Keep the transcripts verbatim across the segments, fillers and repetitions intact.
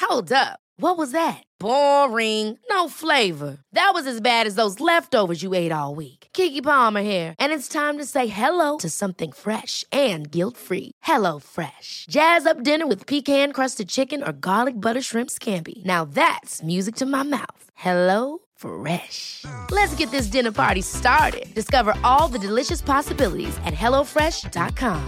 Hold up. What was that? Boring. No flavor. That was as bad as those leftovers you ate all week. Keke Palmer here, and it's time to say hello to something fresh and guilt-free. Hello Fresh. Jazz up dinner with pecan-crusted chicken or garlic butter shrimp scampi. Now that's music to my mouth. Hello Fresh. Let's get this dinner party started. Discover all the delicious possibilities at hello fresh dot com.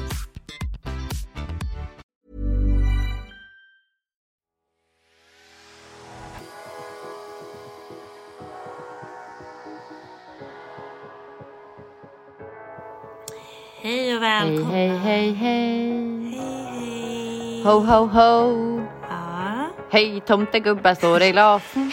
Hej och välkomna. Hej, hej, hej. Hej, hej. Ho, ho, ho. Ja. Hej, tomtegubbar står i glasen.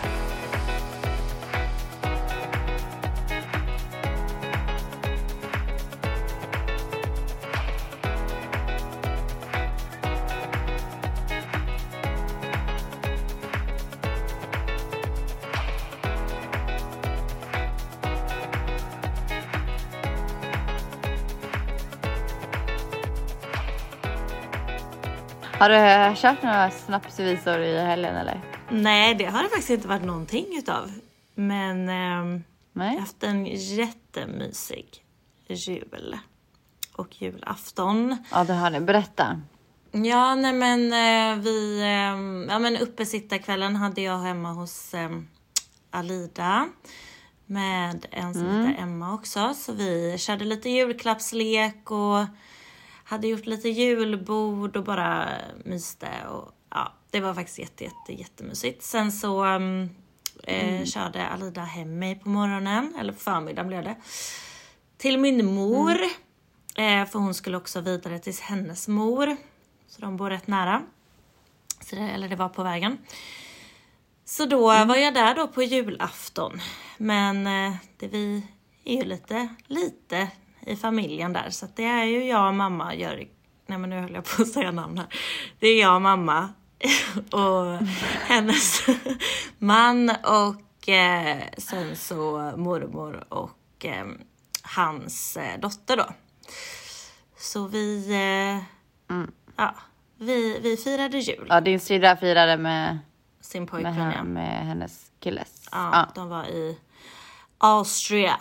Har du kört några snapsvisor i helgen eller? Nej, det har det faktiskt inte varit någonting utav. Men ehm, jag har haft en jättemysig jul och julafton. Ja, det har ni. Berätta. Ja, nej men eh, vi... Eh, ja, men uppesittarkvällen hade jag hemma hos eh, Alida. Med en som Mm. heter Emma också. Så vi körde lite julklappslek och hade gjort lite julbord och bara myste. Och, ja, det var faktiskt jätte, jätte, jättemysigt. Sen så um, eh, Mm. körde Alida hem mig på morgonen. Eller på förmiddagen blev det. Till min mor. Eh, för hon skulle också vidare till hennes mor. Så de bor rätt nära. Så det, eller det var på vägen. Så då var jag där då på julafton. Men eh, det vi är ju lite, lite i familjen där. Så att det är ju jag och mamma gör. Nej, men nu höll jag på att säga namn här. Det är jag och mamma. Och hennes man. Och eh, sen så mormor och eh, hans eh, dotter då. Så vi, eh, Mm. ja, vi, vi firade jul. Ja, din syrra firade med, Sin med, pojkvän, ja. henne, med hennes killes. Ja, Ja. de var i Austria.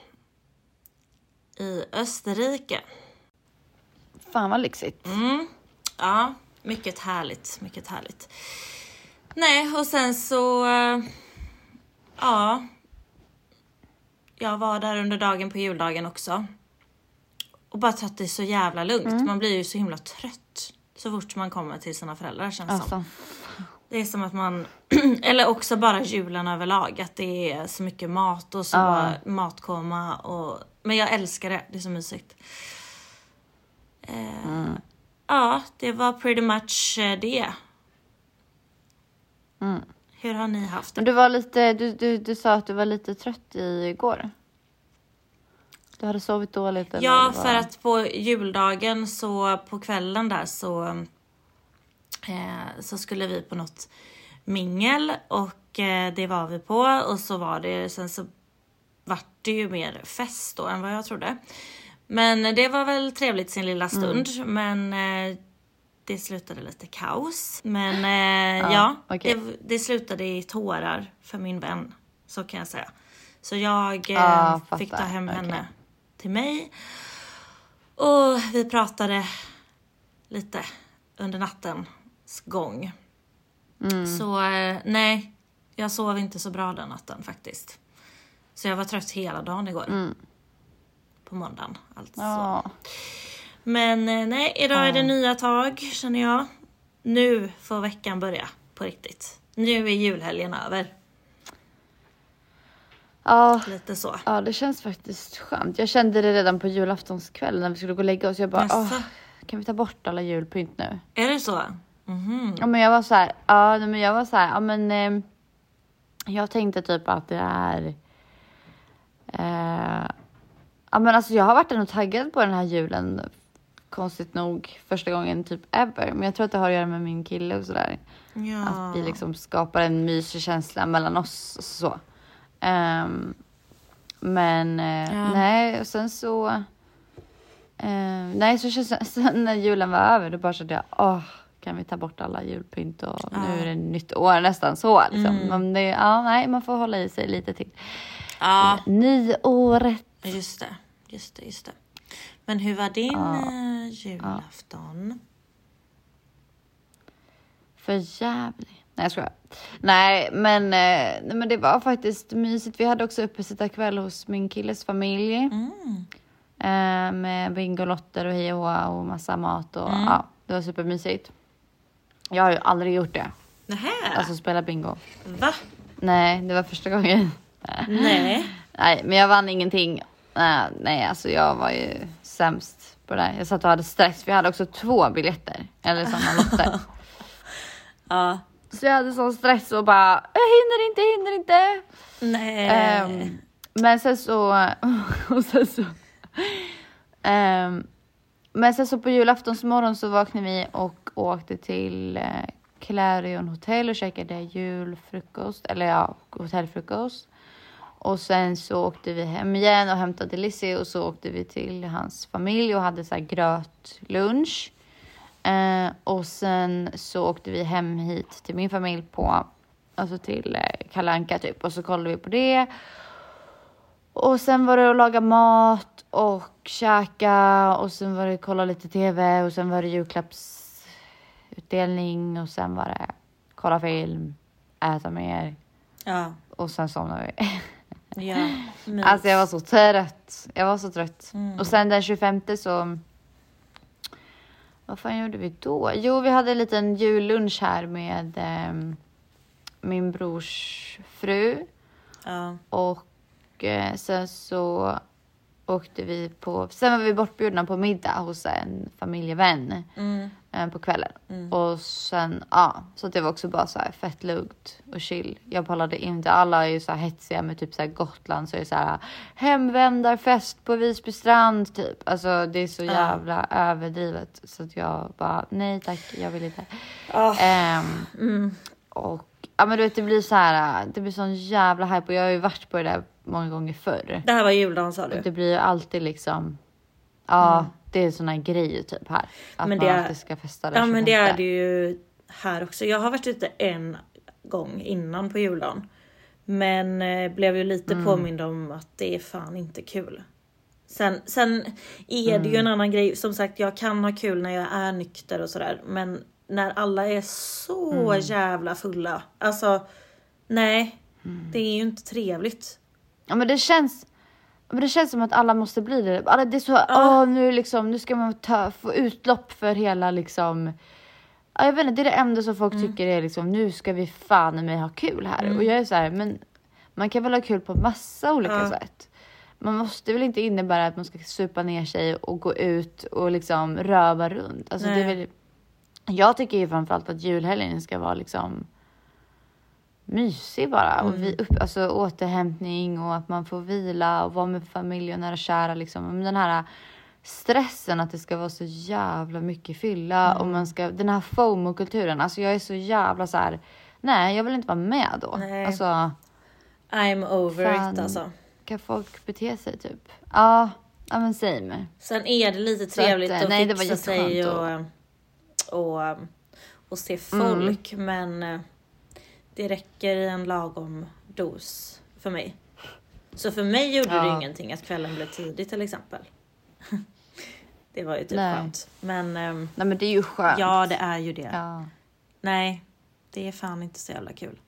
I Österrike. Fan vad lyxigt. Mm. Ja, mycket härligt, mycket härligt. Nej, och sen så... eh, Ja. Jag var där under dagen på juldagen också. Och bara tagit det så jävla lugnt. Man blir ju så himla trött så fort man kommer till sina föräldrar, känns som. Alltså, Det är som att man... Eller också bara julen överlag. Att det är så mycket mat och så Ja. bara matkoma. Och... Men jag älskar det. Det är så mysigt. Eh, Ja, det var pretty much eh, det. Mm. Hur har ni haft det? men du var lite, du, du, du sa att du var lite trött igår. Du hade sovit dåligt eller Ja, vad? för att på juldagen så på kvällen där så eh, så skulle vi på något mingel och eh, det var vi på och så var det sen så vart det ju mer fest då än vad jag trodde. Men det var väl trevligt sin lilla stund, men eh, det slutade lite kaos. Men eh, ja, Ja, okej. det, det slutade i tårar för min vän, så kan jag säga. Så jag eh, Ja, fick ta fattar. hem Okej. henne till mig. Och vi pratade lite under nattens gång. Mm. Så eh, nej, jag sov inte så bra den natten faktiskt. Så jag var trött hela dagen igår. Mm. På måndagen alltså. Ja. Men eh, nej, idag är det Ja. nya tag, känner jag. Nu får veckan börja på riktigt. Nu är julhelgen över. Ja. Lite så. Ja, det känns faktiskt skönt. Jag kände det redan på julaftonskvällen när vi skulle gå och lägga oss. Jag bara, Jaså? åh, kan vi ta bort alla julpynt nu? Är det så? Mhm. Ja, men jag var så här, ja, nej, men jag var så här, ja men eh, jag tänkte typ att det är, eh, ja men alltså jag har varit ändå taggad på den här julen, konstigt nog, första gången typ ever. Men jag tror att det har att göra med min kille och sådär. Ja. Att vi liksom skapar en mysig känsla mellan oss och så. Ehm, men eh, Ja. nej, och sen så, eh, nej så känns det, sen när julen var över, då bara kände jag, åh, kan vi ta bort alla julpynt och Ja. nu är det nytt år nästan så. Liksom. Mm. Men det, ja, nej, man får hålla i sig lite till. Ja, Nyåret. just det. Just det, just det. Men hur var din Ja. eh, julafton? För jävligt. Nej, jag skojar. Nej, men, eh, nej, men det var faktiskt mysigt. Vi hade också uppesittarkväll hos min killes familj. Mm. Eh, med bingolotter och hej och hå och massa mat. Och, Mm. ja, det var supermysigt. Jag har ju aldrig gjort det. Nähä? Alltså spela bingo. Va? Nej, det var första gången. Nej. Nej, men jag vann ingenting. Nej, nej, alltså jag var ju sämst på det där. Jag satt och hade stress. Vi hade också två biljetter. Eller sådana lotter. Ja. Så jag hade sån stress och bara, jag hinner inte, hinner inte. Nej. Ehm, men sen så, och sen så, ehm, men sen så på julaftonsmorgon så vaknade vi och åkte till eh, Clarion Hotel och käkade julfrukost, eller ja, hotellfrukost. Och sen så åkte vi hem igen och hämtade Lizzie och så åkte vi till hans familj och hade så här grötlunch. Eh, och sen så åkte vi hem hit till min familj på, alltså till eh, Kalle Anka typ. Och så kollade vi på det. Och sen var det att laga mat och käka. Och sen var det att kolla lite tv. Och sen var det julklappsutdelning. Och sen var det kolla film, äta mer. Ja. Och sen somnade vi. Ja. Mys. Alltså jag var så trött. Jag var så trött. Mm. Och sen den tjugofemte så... Vad fan gjorde vi då? Jo, vi hade en liten jullunch här med eh, min brors fru. Ja. Och eh, sen så åkte vi på... Sen var vi bortbjudna på middag hos en familjevän Mm. eh, på kvällen. Mm. Och sen, ja. Så det var också bara så här fett lugnt och chill. Jag pallade inte. Alla är ju så här hetsiga med typ så här Gotland. Så är det så här hemvändarfest på Visby strand typ. Alltså det är så jävla Ja. överdrivet. Så att jag bara, nej tack, jag vill inte. Ah. Ehm, Mm. och ja men du vet det blir så här, det blir sån jävla hype. Och jag har ju varit på det där många gånger förr. Det här var juldagen sa du? Och det blir ju alltid liksom, ja Mm. det är såna grejer typ här. Att Men man det är- alltid ska festa den Ja men det är tjugofemte. det ju här också. Jag har varit ute en gång innan på juldagen. Men eh, blev ju lite Mm. påmind om att det är fan inte kul. Sen, sen är det ju Mm. en annan grej. Som sagt, jag kan ha kul när jag är nykter och sådär. Men när alla är så Mm. jävla fulla. Alltså, nej. Mm. Det är ju inte trevligt. Ja men det känns, men det känns som att alla måste bli det. Alla, det är så, Ja. åh nu liksom, nu ska man ta, få utlopp för hela liksom. Ja, jag vet inte, det är det enda som folk tycker är liksom, nu ska vi fan i mig ha kul här. Mm. Och jag är så här, men man kan väl ha kul på massa olika Ja. sätt. Man måste väl inte innebära att man ska supa ner sig och gå ut och liksom röva runt. Alltså det är Nej. väl, jag tycker ju framförallt att julhelgen ska vara liksom mysig bara. Och vi, upp, alltså återhämtning och att man får vila och vara med familj och nära kära liksom. Men den här stressen att det ska vara så jävla mycket fylla Mm. och man ska, den här FOMO-kulturen, alltså jag är så jävla så här, nej jag vill inte vara med då. Nej. Alltså I'm over Fan. it alltså. kan folk bete sig typ? Ja, ja men säg Sen är det lite Så att, trevligt eh, att nej, det var fixa sig jätteskönt och, och, och se Mm. folk. Men eh, det räcker i en lagom dos för mig. Så för mig gjorde det Ja. ingenting att kvällen blev tidig till exempel. Det var ju typ Nej. skönt. Men ehm, nej men det är ju skönt. ja, det är ju det. Ja. Nej, det är fan inte så jävla kul.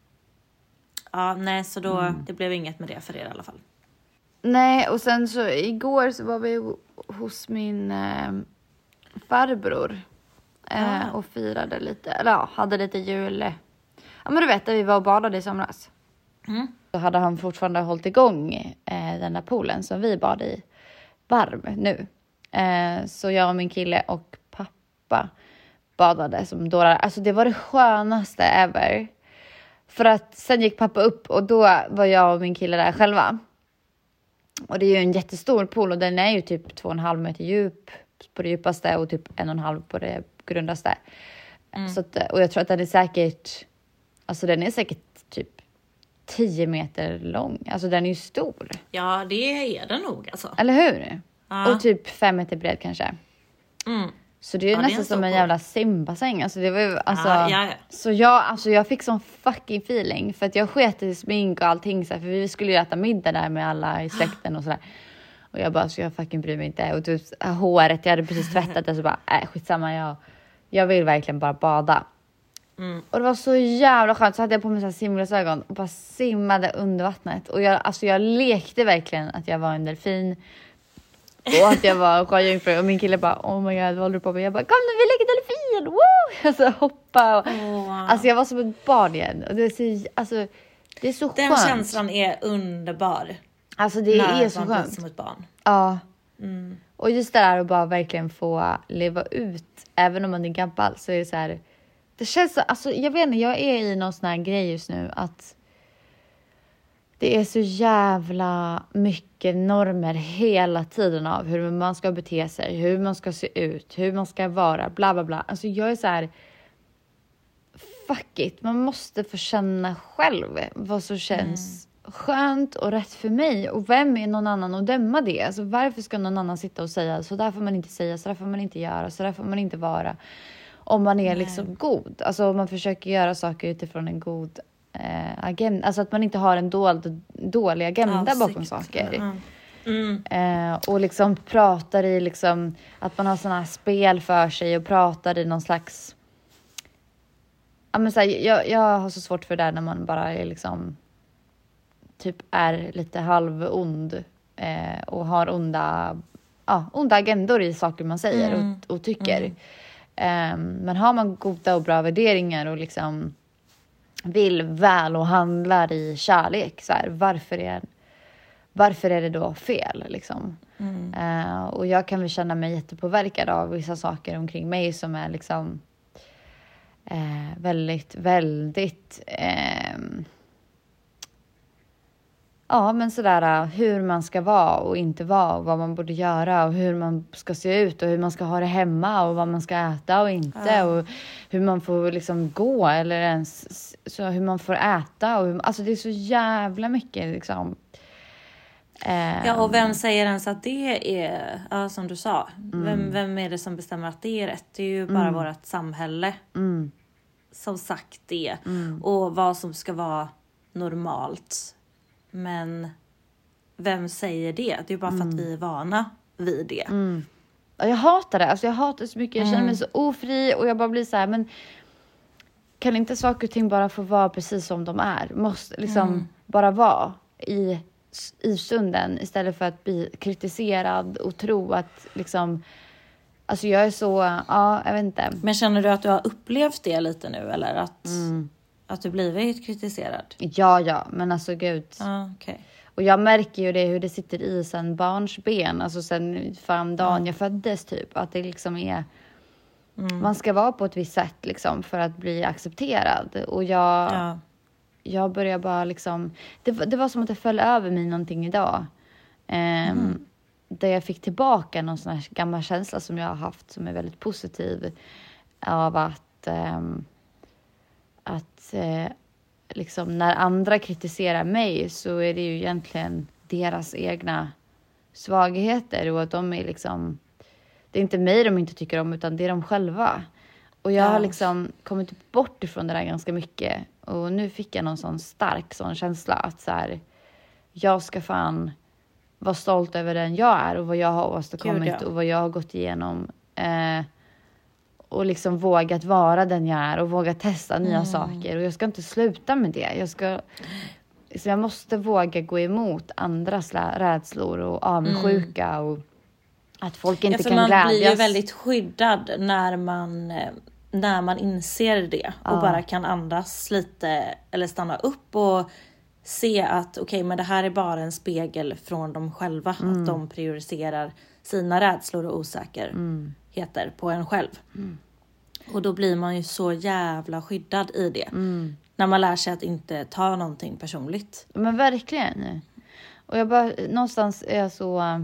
Ja, nej, så då, Mm. det blev inget med det för er i alla fall. Nej, och sen så igår så var vi ho- hos min eh, farbror eh, Ah. och firade lite, eller ja, hade lite jul. Ja men du vet, där vi var och badade i somras. Mm. Så hade han fortfarande hållit igång eh, den där poolen som vi bad i varm nu. Eh, så jag och min kille och pappa badade som dårar. Alltså det var det skönaste ever. För att sen gick pappa upp och då var jag och min kille där själva. Och det är ju en jättestor pool och den är ju typ två och en halv meter djup på det djupaste och typ en och en halv på det grundaste. Mm. Så att, och jag tror att den är säkert, alltså den är säkert typ tio meter lång. Alltså den är ju stor. Ja, det är det nog alltså. Eller hur? Ja. Och typ fem meter bred kanske. Mm. Så det är ju Ja, det är nästan en som stor en pool. jävla simbassäng. Alltså det var ju, alltså, Ja, ja, ja. Så jag, alltså jag fick sån fucking feeling. För att jag sket i smink och allting. Så här, för vi skulle ju äta middag där med alla i släkten och sådär. Och jag bara, så jag fucking bryr mig inte. Och typ håret, jag hade precis tvättat det. Så bara, äh, skitsamma, jag, jag vill verkligen bara bada. Mm. Och det var så jävla skönt. Så hade jag på mig så här simglasögon och bara simmade under vattnet. Och jag, alltså jag lekte verkligen att jag var en delfin. Och att jag var sjöjungfru. Och min kille bara, oh my god, vad håller du på med? Jag bara, kom nu, vi leker delfin! Woo! Alltså hoppa. Och, Oh. alltså jag var som ett barn igen. Och det är så, alltså, det är så Den skönt. känslan är underbar. Alltså det när är så man blir skönt. som ett barn. Ja. Mm. Och just det där att bara verkligen få leva ut. Även om man är gammal så är det så här. Det känns så, alltså jag vet inte, jag är i någon sån här grej just nu. Att det är så jävla mycket normer hela tiden av hur man ska bete sig. Hur man ska se ut. Hur man ska vara. Bla bla bla. Alltså jag är så här. Fuck it. Man måste få känna själv vad som känns mm. skönt och rätt för mig. Och vem är någon annan att döma det? Alltså varför ska någon annan sitta och säga så där får man inte säga, så där får man inte göra, så där får man inte vara. Om man är Nej. liksom god. Alltså om man försöker göra saker utifrån en god eh, agenda. Alltså att man inte har en dold, dålig agenda Avsikt. bakom saker. Mm. Mm. Eh, och liksom pratar i liksom att man har såna här spel för sig och pratar i någon slags. Ja, men så här, jag, jag har så svårt för det där när man bara är liksom typ är lite halvond eh, och har onda, ja, onda agendor i saker man säger mm. och, och tycker. Mm. Eh, men har man goda och bra värderingar och liksom vill väl och handlar i kärlek, så här, varför är varför är det då fel liksom? Mm. Eh, och jag kan väl känna mig jättepåverkad av vissa saker omkring mig som är liksom Eh, väldigt, väldigt eh, ja men sådär hur man ska vara och inte vara och vad man borde göra och hur man ska se ut och hur man ska ha det hemma och vad man ska äta och inte ja. och hur man får liksom gå eller ens så hur man får äta och hur, alltså det är så jävla mycket liksom. Eh, ja, och vem säger ens att det är, ja, som du sa, mm. vem, vem är det som bestämmer att det är rätt? Det är ju bara mm. vårt samhälle mm. som sagt det. Mm. Och vad som ska vara normalt. Men vem säger det? Det är bara för att mm. vi är vana vid det. Mm. Jag hatar det. Alltså jag hatar det så mycket. Jag känner mig så ofri och jag bara blir så här, men kan inte saker och ting bara få vara precis som de är? Måste liksom mm. bara vara i, i stunden istället för att bli kritiserad och tro att liksom. Alltså jag är så, ja, jag vet inte. Men känner du att du har upplevt det lite nu? Eller att, mm. att du blivit kritiserad? Ja, ja. Men alltså gud. Ah, okay. Och jag märker ju det hur det sitter i sen barns ben. Alltså sen fram dagen mm. jag föddes typ. Att det liksom är. Mm. Man ska vara på ett visst sätt liksom. För att bli accepterad. Och jag. Ja. Jag börjar bara liksom. Det, det var som att det föll över mig någonting idag. Um, mm. Där jag fick tillbaka någon sån här gammal känsla som jag har haft. Som är väldigt positiv. Av att. Um, att. Uh, liksom när andra kritiserar mig. Så är det ju egentligen deras egna svagheter. Och att de är liksom. Det är inte mig de inte tycker om. Utan det är de själva. Och jag ja. har liksom kommit bort ifrån det där ganska mycket. Och nu fick jag någon sån stark sån känsla. Att så här. Jag ska fan. Vara stolt över den jag är. Och vad jag har åstadkommit. Gud, ja. Och vad jag har gått igenom. Eh, och liksom vågat vara den jag är. Och våga testa nya mm. saker. Och jag ska inte sluta med det. Jag ska. Så jag måste våga gå emot andras rädslor. Och avundsjuka. Mm. Och att folk inte ja, kan man glädjas. Man blir ju väldigt skyddad. När man. När man inser det. Ja. Och bara kan andas lite. Eller stanna upp och. Se att okej, okay, men det här är bara en spegel från dem själva. Mm. Att de prioriterar sina rädslor och osäkerheter mm. på en själv. Mm. Och då blir man ju så jävla skyddad i det. Mm. När man lär sig att inte ta någonting personligt. Men verkligen. Och jag bara, någonstans är jag så uh,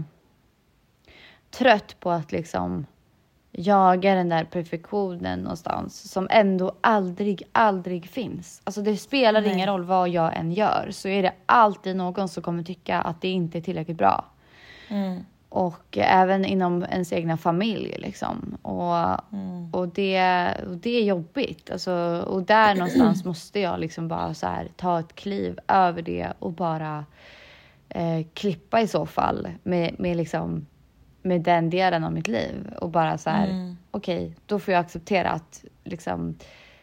trött på att liksom jaga den där perfektionen någonstans. Som ändå aldrig, aldrig finns. Alltså det spelar Nej. ingen roll vad jag än gör. Så är det alltid någon som kommer tycka att det inte är tillräckligt bra. Mm. Och även inom ens egna familj liksom. Och, mm. och, det, och det är jobbigt. Alltså, och där någonstans måste jag liksom bara så här, ta ett kliv över det och bara eh, klippa i så fall med, med, liksom, med den delen av mitt liv. Och bara så här, mm. okej, okay, då får jag acceptera att liksom,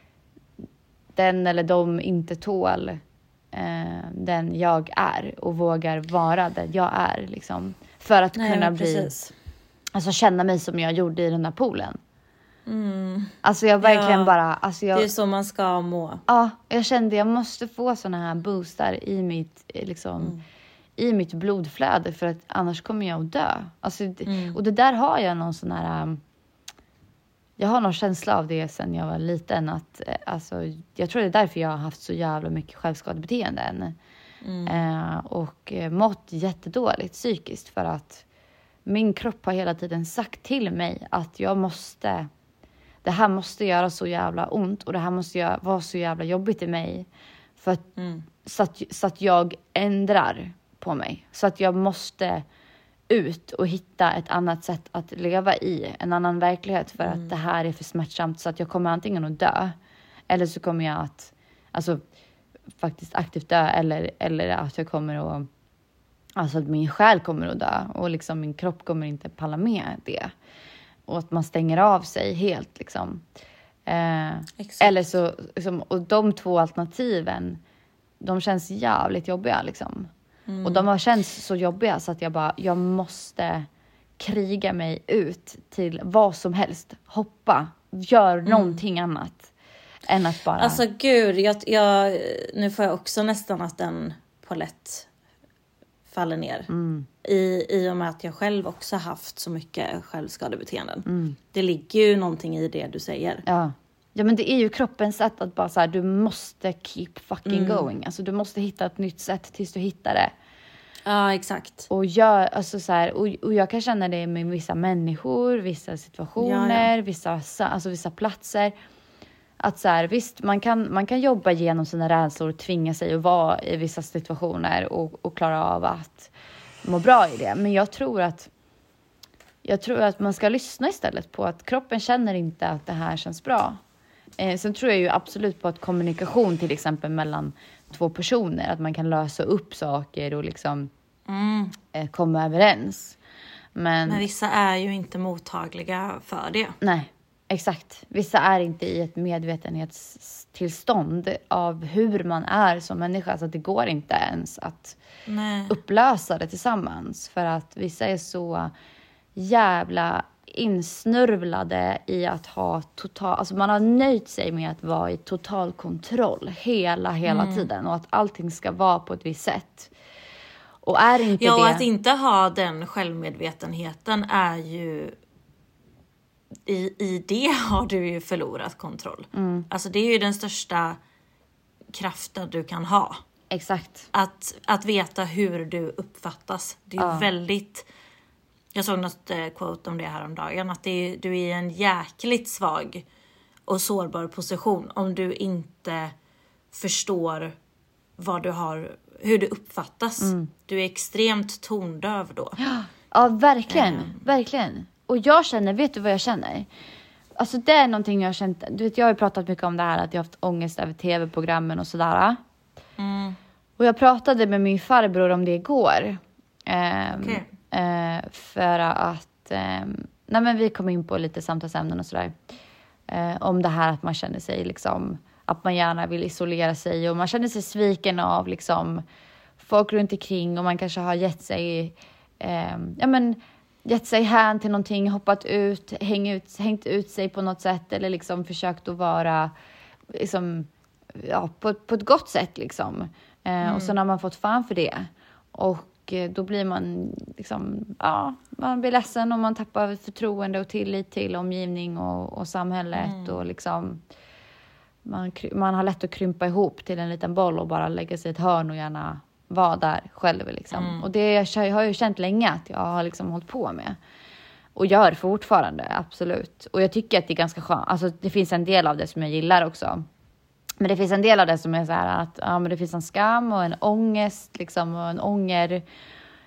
den eller de inte tål eh, den jag är. Och vågar vara den jag är liksom. För att Nej, kunna bli, alltså känna mig som jag gjorde i den där poolen. Mm. Alltså jag verkligen ja, bara... Alltså jag, det är så man ska må. Ja, jag kände jag måste få såna här boostar i mitt, liksom, mm. i mitt blodflöde. För att annars kommer jag att dö. Alltså, mm. Och det där har jag någon sån här... Jag har någon känsla av det sen jag var liten. Att, alltså, jag tror det är därför jag har haft så jävla mycket självskadebeteenden. Mm. Eh, och mått jättedåligt psykiskt för att min kropp har hela tiden sagt till mig att jag måste, det här måste göra så jävla ont och det här måste göra, vara så jävla jobbigt i mig för att, mm. så, att, så att jag ändrar på mig, så att jag måste ut och hitta ett annat sätt att leva i, en annan verklighet för mm. att det här är för smärtsamt så att jag kommer antingen att dö eller så kommer jag att, alltså faktiskt aktivt dö eller, eller att jag kommer att, alltså att min själ kommer att dö och liksom min kropp kommer inte palla med det och att man stänger av sig helt liksom eh, eller så liksom, och de två alternativen de känns jävligt jobbiga liksom mm. och de har känts så jobbiga så att jag bara, jag måste kriga mig ut till vad som helst, hoppa, gör mm. någonting annat. Än att bara... Alltså gud, jag, jag, nu får jag också nästan att den polett faller ner. Mm. I, I och med att jag själv också haft så mycket självskadebeteenden. Mm. Det ligger ju någonting i det du säger. Ja, ja men det är ju kroppens sätt att bara så här, du måste keep fucking mm. going. Alltså du måste hitta ett nytt sätt tills du hittar det. Ja, exakt. Och jag, alltså så här, och, och jag kan känna det med vissa människor, vissa situationer, ja, ja. Vissa, alltså vissa platser. Att så här, visst, man kan, man kan jobba igenom sina rädslor och tvinga sig att vara i vissa situationer och, och klara av att må bra i det. Men jag tror att jag tror att man ska lyssna istället på att kroppen känner inte att det här känns bra. Eh, sen tror jag ju absolut på att kommunikation till exempel mellan två personer, att man kan lösa upp saker och liksom mm. eh, komma överens. Men, Men vissa är ju inte mottagliga för det. Nej. Exakt. Vissa är inte i ett medvetenhetstillstånd av hur man är som människa. Så att det går inte ens att Nej. upplösa det tillsammans. För att vissa är så jävla insnurvlade i att ha total... Alltså man har nöjt sig med att vara i total kontroll hela, hela mm. tiden. Och att allting ska vara på ett visst sätt. Och är inte ja, det... och att inte ha den självmedvetenheten är ju... I, I det har du ju förlorat kontroll. Mm. Alltså det är ju den största kraften du kan ha. Exakt. Att, att veta hur du uppfattas. Det är ja. väldigt... Jag såg något eh, quote om det här om dagen. Att det är, du är i en jäkligt svag och sårbar position. Om du inte förstår vad du har, hur du uppfattas. Mm. Du är extremt tondöv då. Ja, ja verkligen. Mm. Verkligen. Och jag känner, vet du vad jag känner? Alltså det är någonting jag har känt. Du vet, jag har ju pratat mycket om det här. Att jag har haft ångest över tv-programmen och sådär. Mm. Och jag pratade med min farbror om det igår. Eh, okay. eh, för att... Eh, nej men vi kom in på lite samtalsämnen och sådär. Eh, om det här att man känner sig liksom... Att man gärna vill isolera sig. Och man känner sig sviken av liksom... Folk runt omkring. Och man kanske har gett sig... Eh, ja men... gett sig hän till någonting, hoppat ut, häng ut, hängt ut sig på något sätt eller liksom försökt att vara liksom, ja, på, på ett gott sätt liksom. Eh, mm. Och sen har man fått fan för det. Och eh, då blir man liksom, ja, man blir ledsen och man tappar förtroende och tillit till omgivning och, och samhället mm. och liksom man, man har lätt att krympa ihop till en liten boll och bara lägga sig i ett hörn och gärna vara där själv liksom. Mm. Och det jag har jag ju känt länge att jag har liksom hållit på med. Och gör fortfarande, absolut. Och jag tycker att det är ganska skönt. Alltså det finns en del av det som jag gillar också. Men det finns en del av det som är så här att ja, men det finns en skam och en ångest liksom och en ånger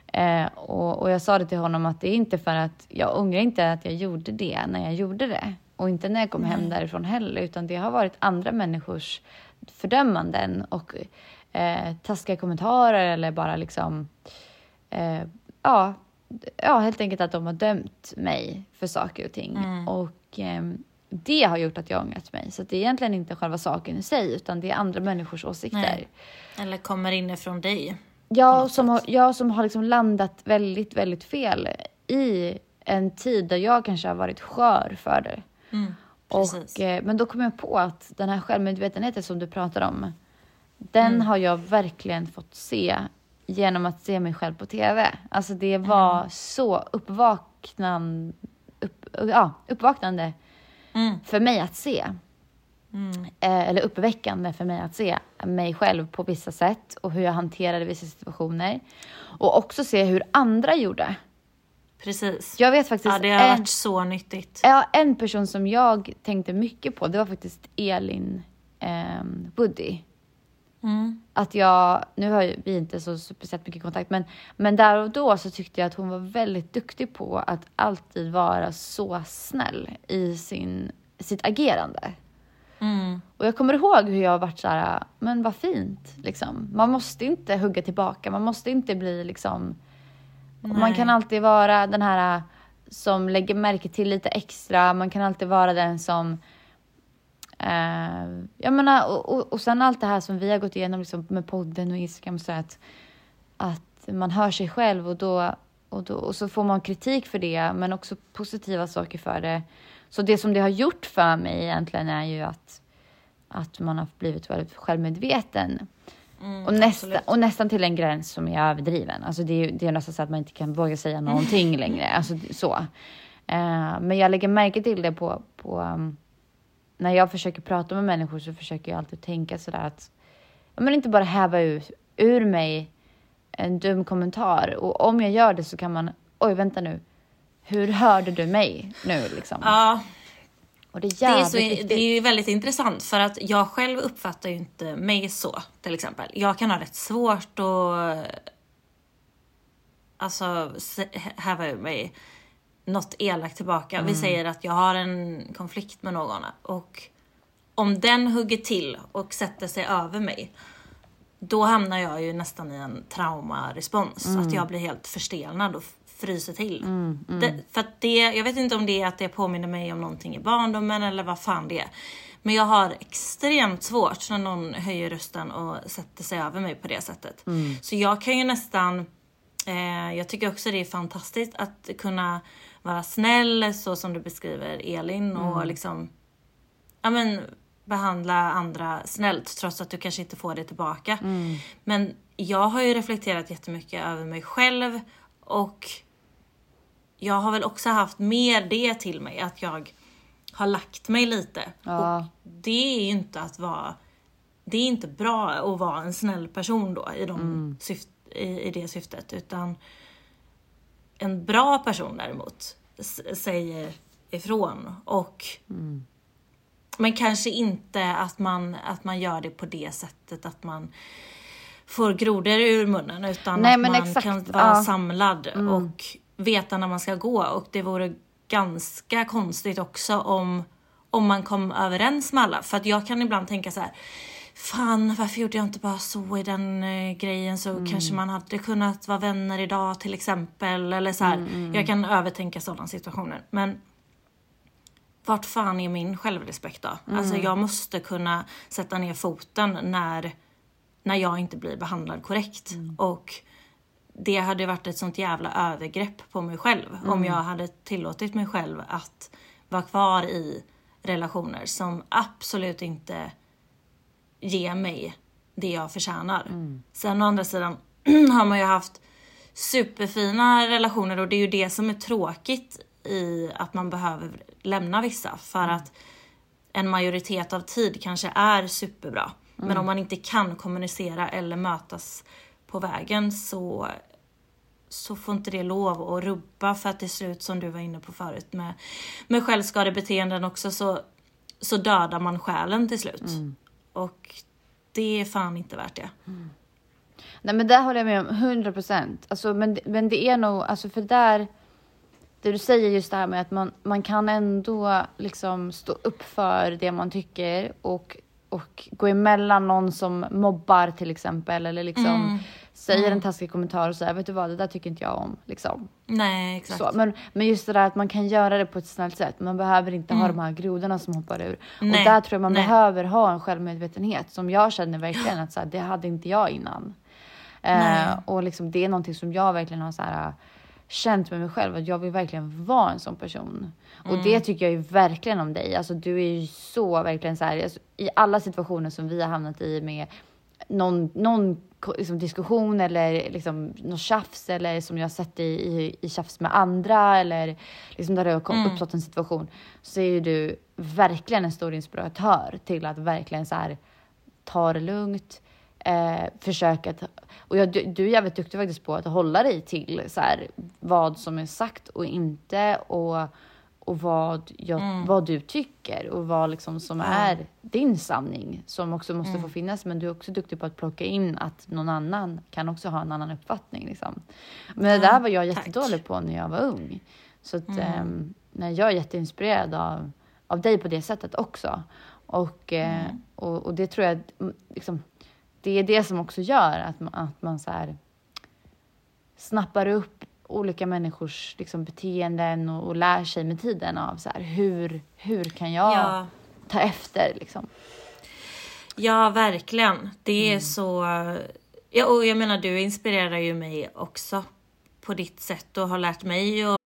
Eh, och, och jag sa det till honom att det är inte för att jag ångrar inte att jag gjorde det när jag gjorde det. Och inte när jag kom hem därifrån heller. Utan det har varit andra människors fördömanden och eh, taskiga kommentarer eller bara liksom eh, ja, ja, helt enkelt att de har dömt mig för saker och ting. Mm. Och eh, det har gjort att jag ångrat mig. Så det är egentligen inte själva saken i sig, utan det är andra människors åsikter. Nej. Eller kommer inifrån dig. Jag som har, jag som har liksom landat väldigt, väldigt fel i en tid där jag kanske har varit skör för det. Mm, och, eh, men då kom jag på att den här självmedvetenheten som du pratar om, den mm. har jag verkligen fått se genom att se mig själv på tv. Alltså det var mm. så uppvaknande, upp, ja, uppvaknande mm. för mig att se. Mm. Eh, eller uppväckande för mig att se mig själv på vissa sätt och hur jag hanterade vissa situationer. Och också se hur andra gjorde. Precis. Jag vet faktiskt ja, det har en, varit så nyttigt. Ja, en person som jag tänkte mycket på, det var faktiskt Elin eh, Buddy. Mm. Att jag, nu har vi inte så speciellt mycket kontakt, men, men där och då så tyckte jag att hon var väldigt duktig på att alltid vara så snäll i sin, sitt agerande. Mm. Och jag kommer ihåg hur jag har varit så här, men vad fint liksom. Man måste inte hugga tillbaka, man måste inte bli liksom, man kan alltid vara den här som lägger märke till lite extra, man kan alltid vara den som Uh, jag menar, och, och, och sen allt det här som vi har gått igenom liksom, med podden och Instagram, så att, att man hör sig själv och, då, och, då, och så får man kritik för det, men också positiva saker för det. Så det som det har gjort för mig egentligen är ju att, att man har blivit väldigt självmedveten. Mm, och, nästa, och nästan till en gräns som är överdriven. Alltså det, är, det är nästan så att man inte kan våga säga någonting mm. längre. Alltså, så. Uh, men jag lägger märke till det på... på um, när jag försöker prata med människor så försöker jag alltid tänka sådär att jag men inte bara häva ur, ur mig en dum kommentar. Och om jag gör det så kan man, oj vänta nu, hur hörde du mig nu liksom? Ja, och det, är det, är så, det är ju väldigt intressant för att jag själv uppfattar ju inte mig så, till exempel. Jag kan ha rätt svårt att alltså häva ur mig något elakt tillbaka. Mm. Vi säger att jag har en konflikt med någon och om den hugger till och sätter sig över mig, då hamnar jag ju nästan i en traumarespons. Mm. Att jag blir helt förstelnad och fryser till. Mm. Mm. Det, för att det, jag vet inte om det är att det påminner mig om någonting i barndomen eller vad fan det är. Men jag har extremt svårt när någon höjer rösten och sätter sig över mig på det sättet. Mm. Så jag kan ju nästan... Eh, jag tycker också det är fantastiskt att kunna vara snäll, så som du beskriver Elin, och mm. liksom ja, men, behandla andra snällt trots att du kanske inte får det tillbaka. Mm. Men jag har ju reflekterat jättemycket över mig själv och jag har väl också haft mer det till mig, att jag har lagt mig lite. Ja. Och det är ju inte att vara, det är inte bra att vara en snäll person då i, de mm. syft, i, i det syftet, utan en bra person däremot säger ifrån och mm. men kanske inte att man, att man gör det på det sättet att man får grodor ur munnen, utan Nej, att man exakt. kan vara ja. samlad mm. och veta när man ska gå. Och det vore ganska konstigt också om, om man kom överens med alla, för att jag kan ibland tänka så här: fan, varför gjorde jag inte bara så i den eh, grejen, så mm. kanske man hade kunnat vara vänner idag till exempel, eller så här. Mm, mm. Jag kan övertänka sådana situationer, men vart fan är min självrespekt då? Mm. Alltså jag måste kunna sätta ner foten när, när jag inte blir behandlad korrekt. Mm. Och det hade varit ett sånt jävla övergrepp på mig själv mm. om jag hade tillåtit mig själv att vara kvar i relationer som absolut inte ger mig det jag förtjänar. Mm. Sen å andra sidan har man ju haft superfina relationer, och det är ju det som är tråkigt i att man behöver lämna vissa, för mm. att en majoritet av tid kanske är superbra. Mm. Men om man inte kan kommunicera eller mötas på vägen, så så får inte det lov att rubba, för att till slut, som du var inne på förut med, med självskadebeteenden också, så, så dödar man själen till slut. Mm. Och det är fan inte värt det. Mm. Nej, men där håller jag med om hundra procent. Alltså, men, men det är nog, alltså för där, det du säger just det här med att man, man kan ändå liksom stå upp för det man tycker och, och gå emellan någon som mobbar till exempel, eller liksom mm. säger mm. en taskig kommentar och säger, vet du vad, det där tycker inte jag om. Liksom. Nej, exakt. Så, men, men just det där att man kan göra det på ett snällt sätt. Man behöver inte mm. ha de här grodorna som hoppar ur. Nej. Och där tror jag man Nej. behöver ha en självmedvetenhet som jag känner verkligen att så här, det hade inte jag innan. Eh, och liksom, det är någonting som jag verkligen har så här, känt med mig själv, att jag vill verkligen vara en sån person. Mm. Och det tycker jag ju verkligen om dig. Alltså du är ju så verkligen så här, alltså, i alla situationer som vi har hamnat i med någon, någon liksom, diskussion eller liksom, något tjafs, eller som jag har sett i, i, i tjafs med andra, eller liksom där det har mm. uppstått en situation, så är ju du verkligen en stor inspiratör till att verkligen så här, ta det lugnt. Eh, försöka ta, och jag, du, du är jävligt duktig faktiskt på att hålla dig till så här, vad som är sagt och inte, och, och vad, jag, mm. vad du tycker och vad liksom som mm. är din sanning som också måste mm. få finnas, men du är också duktig på att plocka in att någon annan kan också ha en annan uppfattning liksom. Men det där var jag jättedålig på när jag var ung, så att, mm. eh, när jag är jätteinspirerad av, av dig på det sättet också, och, eh, mm. och, och det tror jag liksom, det är det som också gör att man, att man så här snappar upp olika människors liksom beteenden och, och lär sig med tiden av så här, hur, hur kan jag ja. ta efter liksom. Ja, verkligen. Det är mm. så... Ja, och jag menar, du inspirerar ju mig också på ditt sätt och har lärt mig. Och...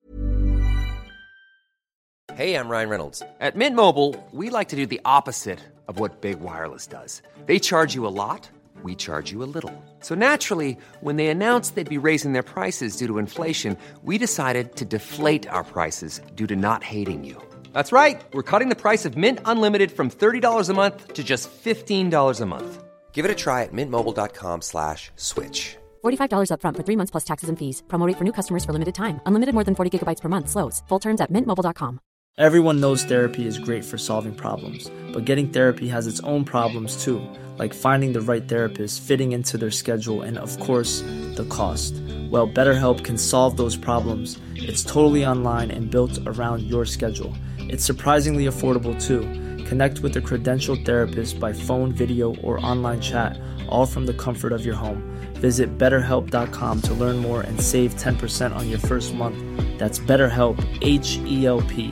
Hey, I'm Ryan Reynolds. At Mint Mobile, we like to do the opposite of what Big Wireless does. They charge you a lot. We charge you a little. So naturally, when they announced they'd be raising their prices due to inflation, we decided to deflate our prices due to not hating you. That's right. We're cutting the price of Mint Unlimited from thirty dollars a month to just fifteen dollars a month. Give it a try at mintmobile.com slash switch. forty-five dollars up front for three months plus taxes and fees. Promo rate for new customers for limited time. Unlimited more than forty gigabytes per month. Slows full terms at mint mobile dot com. Everyone knows therapy is great for solving problems, but getting therapy has its own problems too, like finding the right therapist, fitting into their schedule, and of course, the cost. Well, BetterHelp can solve those problems. It's totally online and built around your schedule. It's surprisingly affordable too. Connect with a credentialed therapist by phone, video, or online chat, all from the comfort of your home. Visit better help dot com to learn more and save ten percent on your first month. That's BetterHelp, H E L P.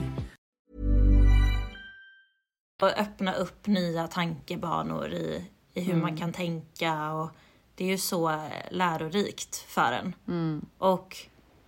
Och öppna upp nya tankebanor i, i hur mm. man kan tänka, och det är ju så lärorikt för en. Mm. Och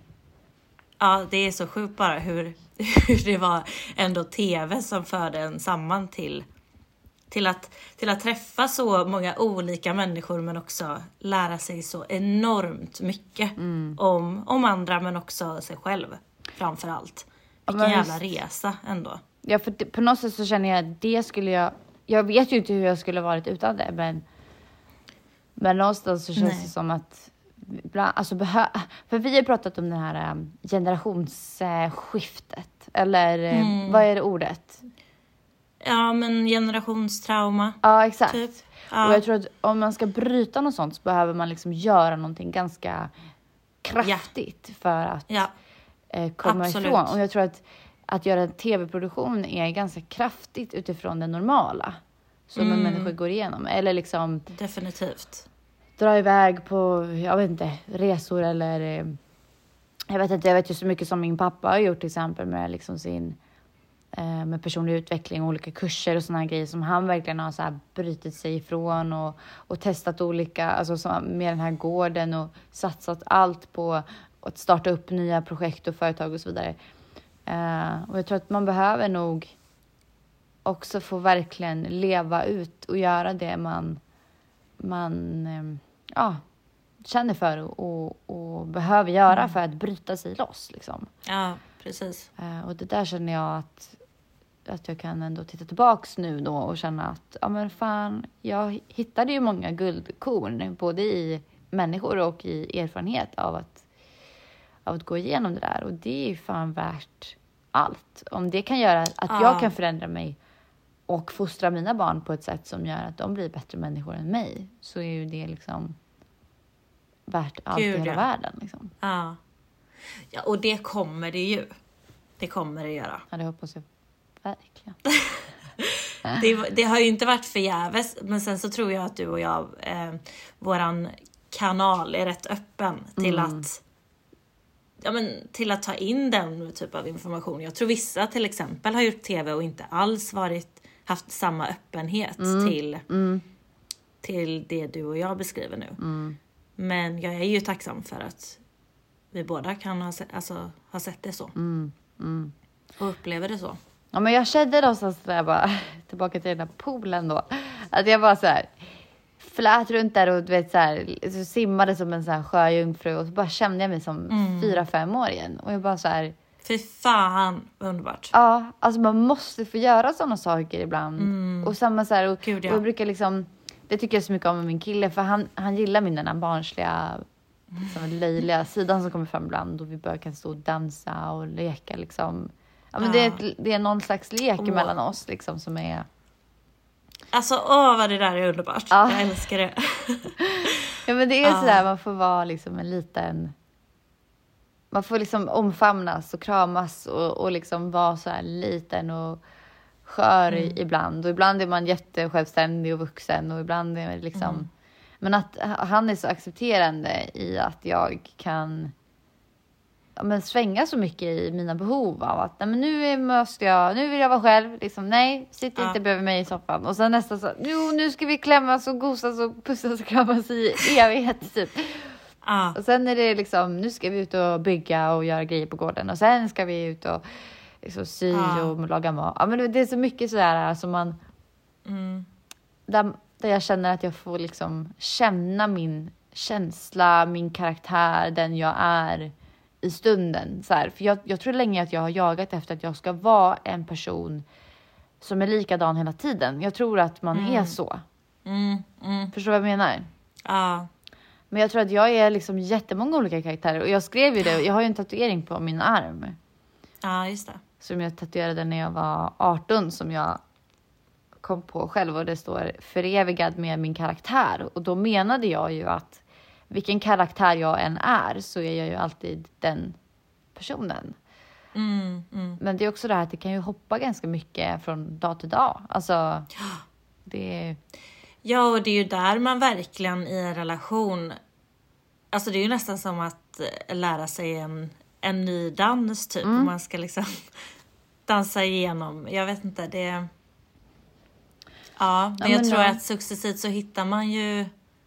ja, det är så sjukt bara hur, hur det var ändå tv som förde en samman till, till, att, till att träffa så många olika människor, men också lära sig så enormt mycket mm. om, om andra, men också sig själv framför allt. Vilken jävla resa ändå. Ja, för på något sätt så känner jag att det skulle jag... Jag vet ju inte hur jag skulle varit utan det, men... Men någonstans så känns Nej. det som att... Bland, alltså behö, för vi har pratat om det här um, generationsskiftet. Eller mm. vad är det ordet? Ja, men generationstrauma. Ja, exakt. Typ. Ja. Och jag tror att om man ska bryta något sånt så behöver man liksom göra någonting ganska kraftigt ja. för att ja. eh, komma Absolut. ifrån. Och jag tror att att göra en tv-produktion är ganska kraftigt utifrån det normala som mm. en människa går igenom. Eller liksom... Definitivt. Dra iväg på, jag vet inte, resor eller... Jag vet inte, jag vet ju så mycket som min pappa har gjort till exempel med liksom sin... med personlig utveckling, olika kurser och såna här grejer som han verkligen har så här brutit sig ifrån och, och testat olika, alltså som, med den här gården och satsat allt på att starta upp nya projekt och företag och så vidare. Uh, och jag tror att man behöver nog också få verkligen leva ut och göra det man, man um, ja, känner för och, och, och behöver göra mm. för att bryta sig loss. Liksom. Ja, precis. Uh, och det där känner jag att, att jag kan ändå titta tillbaks nu då och känna att ja men fan, jag hittade ju många guldkorn både i människor och i erfarenhet av att, av att gå igenom det där. Och det är ju fan värt allt. Om det kan göra att ja. jag kan förändra mig och fostra mina barn på ett sätt som gör att de blir bättre människor än mig, så är ju det liksom värt allt Gud, i hela ja. världen. Liksom. Ja. Ja, och det kommer det ju. Det kommer det göra. Ja, det hoppas jag verkligen. Det, det har ju inte varit förgäves, men sen så tror jag att du och jag, eh, våran kanal är rätt öppen till Mm. att ja, men till att ta in den typ av information. Jag tror vissa till exempel har gjort tv och inte alls varit haft samma öppenhet Mm. till Mm. till det du och jag beskriver nu. Mm. Men jag är ju tacksam för att vi båda kan ha, se, alltså, ha sett det så. Mm. Mm. Och upplever det så. Ja, men jag kände någonstans där bara, tillbaka till den här poolen då, att jag bara så här flät runt där och du vet så här, så simmade som en så här sjöjungfru och så bara kände jag mig som Mm. fyra, fem år igen. Och jag bara så här, Fy fan, vad underbart. ja, alltså man måste få göra sådana saker ibland. Mm. Och samma så här, och, Gud, ja. och jag brukar liksom, det tycker jag så mycket om med min kille, för han, han gillar min den här barnsliga, som löjliga sidan som kommer fram ibland, och vi bara kan stå och dansa och leka liksom. Ja, men Ja. det, är ett, det är någon slags lek Åh. mellan oss liksom som är... Alltså, åh vad det där är underbart. Ja. Jag älskar det. Ja, men det är Ja. sådär, man får vara liksom en liten... Man får liksom omfamnas och kramas och, och liksom vara så här liten och skör Mm. i- ibland. Och ibland är man jättesjälvständig och vuxen och ibland är det liksom... Mm. Men att han är så accepterande i att jag kan ja, men svänga så mycket i mina behov av att nej, men nu måste jag, nu vill jag vara själv. Liksom, nej, sitt Ja. inte bredvid mig i soffan. Och sen nästan så, jo, nu ska vi klämmas och gosas och pussas och kramas i evighet typ. Ja. Och sen är det liksom, nu ska vi ut och bygga och göra grejer på gården. Och sen ska vi ut och liksom, sy Ja. och laga mat. Ja, men det är så mycket sådär som man... Mm. Där, där jag känner att jag får liksom känna min känsla, min karaktär, den jag är i stunden. Så här. För jag, jag tror länge att jag har jagat efter att jag ska vara en person som är likadan hela tiden. Jag tror att man är så. Mm. Mm. Förstår du vad jag menar? Ja. Men jag tror att jag är liksom jättemånga olika karaktärer. Och jag skrev ju det, jag har ju en tatuering på min arm. Ja, just det. Som jag tatuerade när jag var arton, som jag kom på själv. Och det står förevigad med min karaktär. Och då menade jag ju att vilken karaktär jag än är så är jag ju alltid den personen. Mm. Mm. Men det är också det här att det kan ju hoppa ganska mycket från dag till dag. Alltså, det är... Ja, och det är ju där man verkligen i en relation... Alltså det är ju nästan som att eh, lära sig en, en ny dans typ. Mm. Och man ska liksom dansa igenom. Jag vet inte, det... Ja, men Ja, jag men tror ja. att successivt så hittar man ju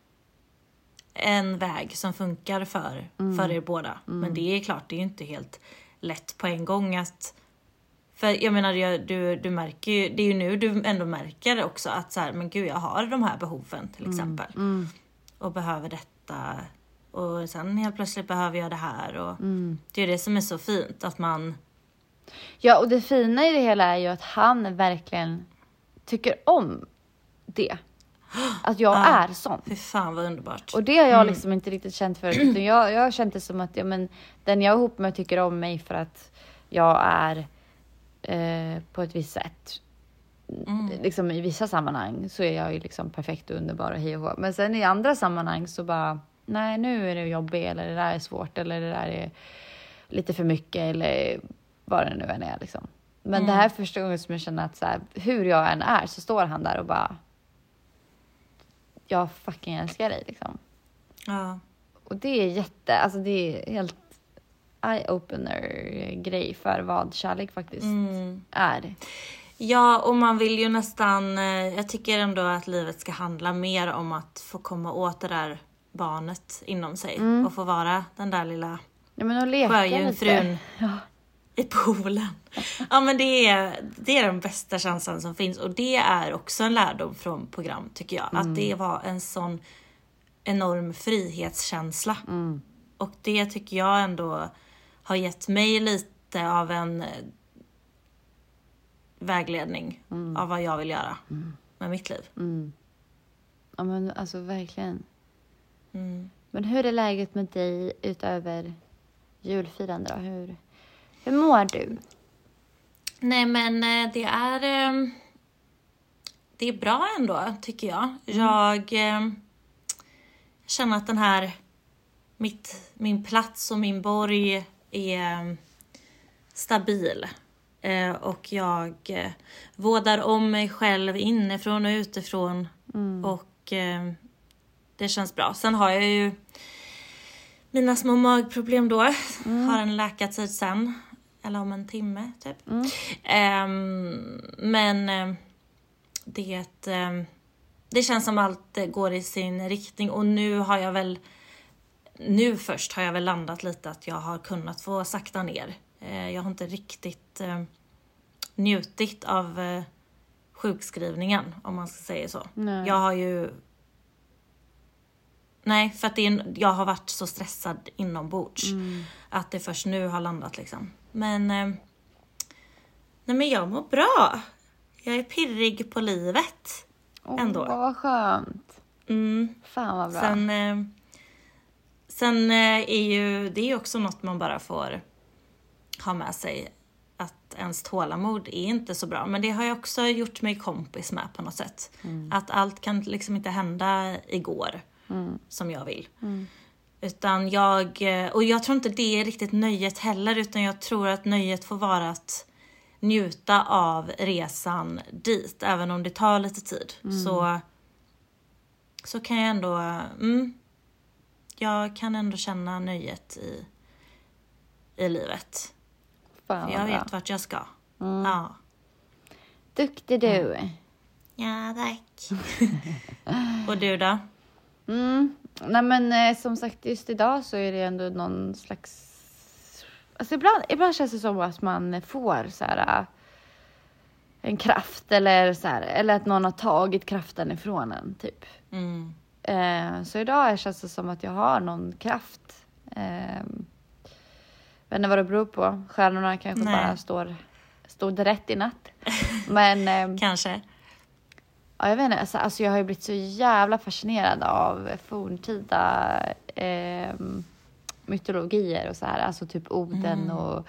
en väg som funkar för, Mm. för er båda. Men det är klart, det är ju inte helt lätt på en gång att... För jag menar, jag- du, du märker ju, det är ju nu du ändå märker också att så här, men gud, jag har de här behoven till exempel. Mm. Och behöver detta. Och sen helt plötsligt behöver jag det här. Och Mm. det är det som är så fint, att man... Ja, och det fina i det hela är ju att han verkligen tycker om det. Att jag Ja. är sån. Fy fan vad underbart. Och det har jag liksom inte riktigt känt förut. Utan jag, jag har känt det som att ja, men, den jag är ihop med tycker om mig för att jag är eh, på ett visst sätt. Liksom i vissa sammanhang så är jag ju liksom perfekt och underbar och hej och hå. Men sen i andra sammanhang så bara, nej nu är det jobbigt eller det där är svårt eller det där är lite för mycket eller vad det nu än är liksom. Men det här är första gången som jag känner att så här, hur jag än är så står han där och bara, jag fucking älskar dig liksom. Ja. Och det är jätte, alltså det är helt eye-opener grej för vad kärlek faktiskt är. Ja, och man vill ju nästan... eh, Jag tycker ändå att livet ska handla mer om att få komma åt det där barnet inom sig. Och få vara den där lilla Ja, men att leka sjöjungfrun lite. Ja. i poolen. Ja, men det är, det är den bästa känslan som finns. Och det är också en lärdom från program, tycker jag. Att det var en sån enorm frihetskänsla. Och det tycker jag ändå har gett mig lite av en eh, vägledning av vad jag vill göra med mitt liv. Ja, men alltså verkligen. Mm. Men hur är läget med dig utöver julfirande då? Hur, hur mår du? Nej, men eh, det är eh, det är bra ändå, tycker jag. Jag eh, känner att den här mitt, min plats och min borg är stabil. Eh, och jag eh, vårdar om mig själv inifrån och utifrån. Mm. Och eh, det känns bra. Sen har jag ju mina små magproblem då. Mm. Har en läkartid sen. Eller om en timme typ. Mm. Eh, men eh, det, eh, det känns som allt går i sin riktning. Och nu har jag väl... Nu först har jag väl landat lite att jag har kunnat få sakta ner. Eh, jag har inte riktigt eh, njutit av eh, sjukskrivningen, om man ska säga så. Nej. Jag har ju... Nej, för att det är, jag har varit så stressad inombords. Mm. Att det först nu har landat liksom. Men... Eh, nej, men jag mår bra. Jag är pirrig på livet. Åh, ändå. Vad skönt. Mm. Fan vad bra. Sen... Eh, Sen är ju det är också något man bara får ha med sig. Att ens tålamod är inte så bra. Men det har jag också gjort mig kompis med på något sätt. Mm. Att allt kan liksom inte hända igår mm. som jag vill. Mm. Utan jag, och jag tror inte det är riktigt nöjet heller. Utan jag tror att nöjet får vara att njuta av resan dit. Även om det tar lite tid. Mm. Så, så kan jag ändå... Mm, jag kan ändå känna nöjet i, i livet. Fan, jag vet bra. Vart jag ska. Mm. Ja. Duktig du. Mm. Ja, tack. Och du då? Mm. Nej men eh, som sagt, just idag så är det ändå någon slags... Alltså ibland, ibland känns det som att man får så här, en kraft. Eller, så här, eller att någon har tagit kraften ifrån en, typ. Mm. Eh, så idag känns det som att jag har någon kraft. Eh, vet inte vad det beror på. Stjärnorna kanske Nej. bara står, stod rätt i natt. Men, eh, kanske. Ja, jag vet inte. Alltså, alltså jag har ju blivit så jävla fascinerad av forntida eh, mytologier och så här. Alltså typ Oden mm. och,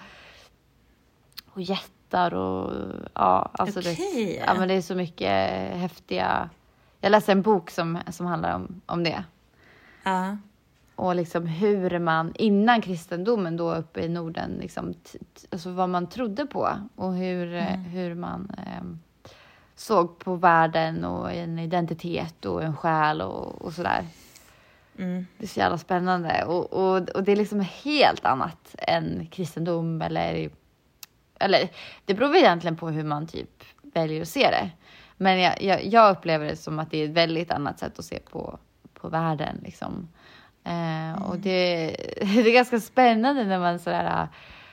och jättar och ja. Alltså okay. det, ja, men det är så mycket häftiga... Jag läste en bok som, som handlar om, om det. Ja. Och liksom hur man innan kristendomen då uppe i Norden, liksom, t- t- alltså vad man trodde på. Och hur, mm. hur man eh, såg på världen och en identitet och en själ och, och sådär. Mm. Det är så jävla spännande. Och, och, och det är liksom helt annat än kristendom. Eller, eller det beror egentligen på hur man typ väljer att se det. Men jag, jag, jag upplever det som att det är ett väldigt annat sätt att se på, på världen. Liksom. Eh, mm. Och det, det är ganska spännande när man sådär,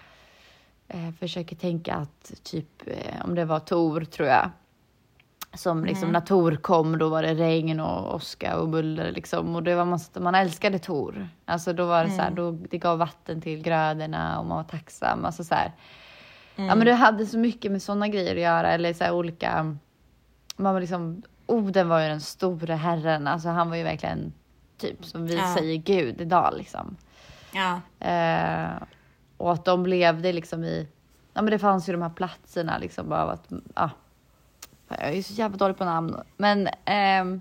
eh, försöker tänka att typ, eh, om det var Tor tror jag. Som liksom mm. när Tor kom, då var det regn och åska och buller. Liksom, och det var man, man älskade Tor. Alltså då var det mm. så här, då, det gav vatten till grödorna och man var tacksam. Alltså så här, mm. ja men det hade så mycket med sådana grejer att göra. Eller så här olika... Man var liksom, Oden var ju den stora herren. Alltså han var ju verkligen typ som vi ja. säger Gud idag liksom. Ja. Eh, och att de levde liksom i... Ja men det fanns ju de här platserna liksom. Bara att, ja. Jag är så jävla dålig på namn. Men, eh,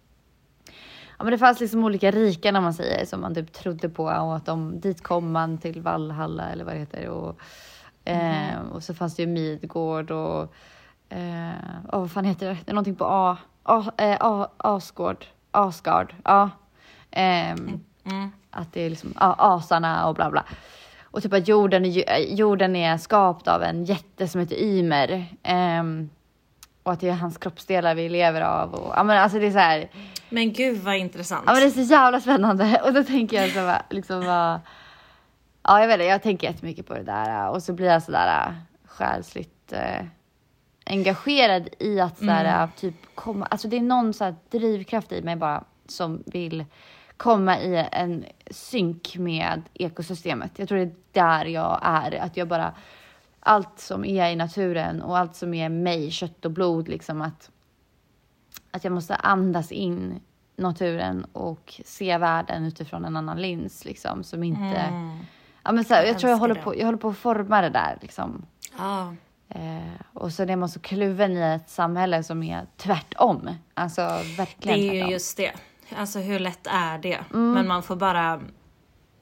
ja, men det fanns liksom olika rika när man säger. Som man typ trodde på. Och att de, dit kom man till Valhalla eller vad det heter. Och, eh, mm. och så fanns det ju Midgård och... Uh, oh, vad fan heter det? Det är någonting på A. A, eh, A Asgård. Asgard. Ja. Um, mm. Mm. Att det är liksom ja, asarna och bla bla. Och typ att jorden är, jorden är skapt av en jätte som heter Ymer. Um, och att det är hans kroppsdelar vi lever av. Och, ja, men alltså det är så här. Men gud vad intressant. Ja men det är så jävla spännande. Och då tänker jag så liksom bara. Ja jag vet inte. Jag tänker jättemycket på det där. Och så blir jag så där själsligt... Uh, engagerad i att så här, mm. typ komma, alltså det är någon så här drivkraft i mig bara som vill komma i en synk med ekosystemet. Jag tror det är där jag är, att jag bara allt som är i naturen och allt som är mig, kött och blod liksom att att jag måste andas in naturen och se världen utifrån en annan lins liksom som inte mm. ja men så här, jag, jag tror jag håller det. på jag håller på att forma det där liksom. Ja. Eh, och så är man så kluven i ett samhälle som är tvärtom. Alltså verkligen Det är tvärtom. ju just det. Alltså hur lätt är det? Mm. Men man får bara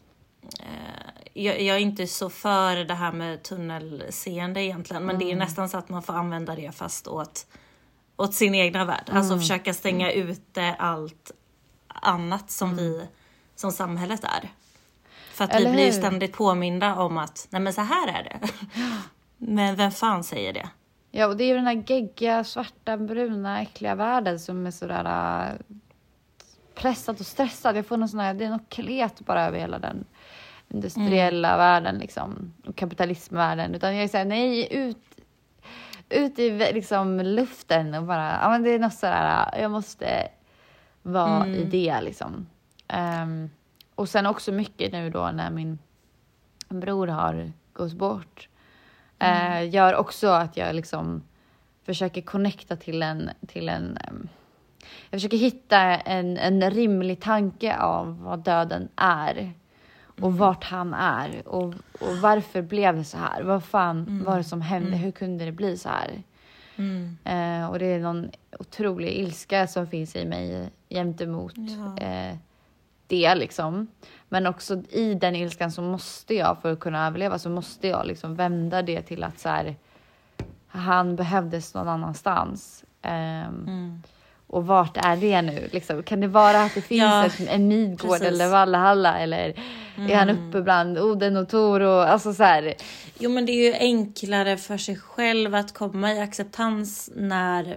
Jag, jag är inte så för det här med tunnelseende egentligen. Men mm. det är nästan så att man får använda det fast åt, åt sin egna värld. Mm. Alltså försöka stänga mm. ute allt annat som mm. vi, som samhället är. För att Eller vi blir ju ständigt påminda om att, nej men så här är det. Men vem fan säger det? Ja, och det är ju den här geggiga, svarta, bruna, äckliga världen som är sådär äh, pressad och stressad. Jag får någon sån här, det är något klet bara över hela den industriella mm. världen liksom, och kapitalismvärlden. Utan jag säger nej, ut, ut i liksom luften och bara, ja men det är något sådär, jag måste vara mm. i det liksom. Um, och sen också mycket nu då när min bror har gått bort. Mm. Uh, gör också att jag liksom försöker connecta till en, till en um, jag försöker hitta en, en rimlig tanke av vad döden är. Och mm. vart han är. Och, och varför blev det så här? Vad fan mm. var det som hände? Mm. Hur kunde det bli så här? Mm. Uh, och det är någon otrolig ilska som finns i mig gentemot ja. uh, det liksom. Men också i den ilskan så måste jag, för att kunna överleva, så måste jag liksom vända det till att så här, han behövdes någon annanstans. Um, mm. Och vart är det nu? Liksom? Kan det vara att det finns ja, ett, en Midgård precis. Eller Valhalla? Eller mm. är han uppe bland Oden och Tor? Och, alltså så här. Jo, men det är ju enklare för sig själv att komma i acceptans när,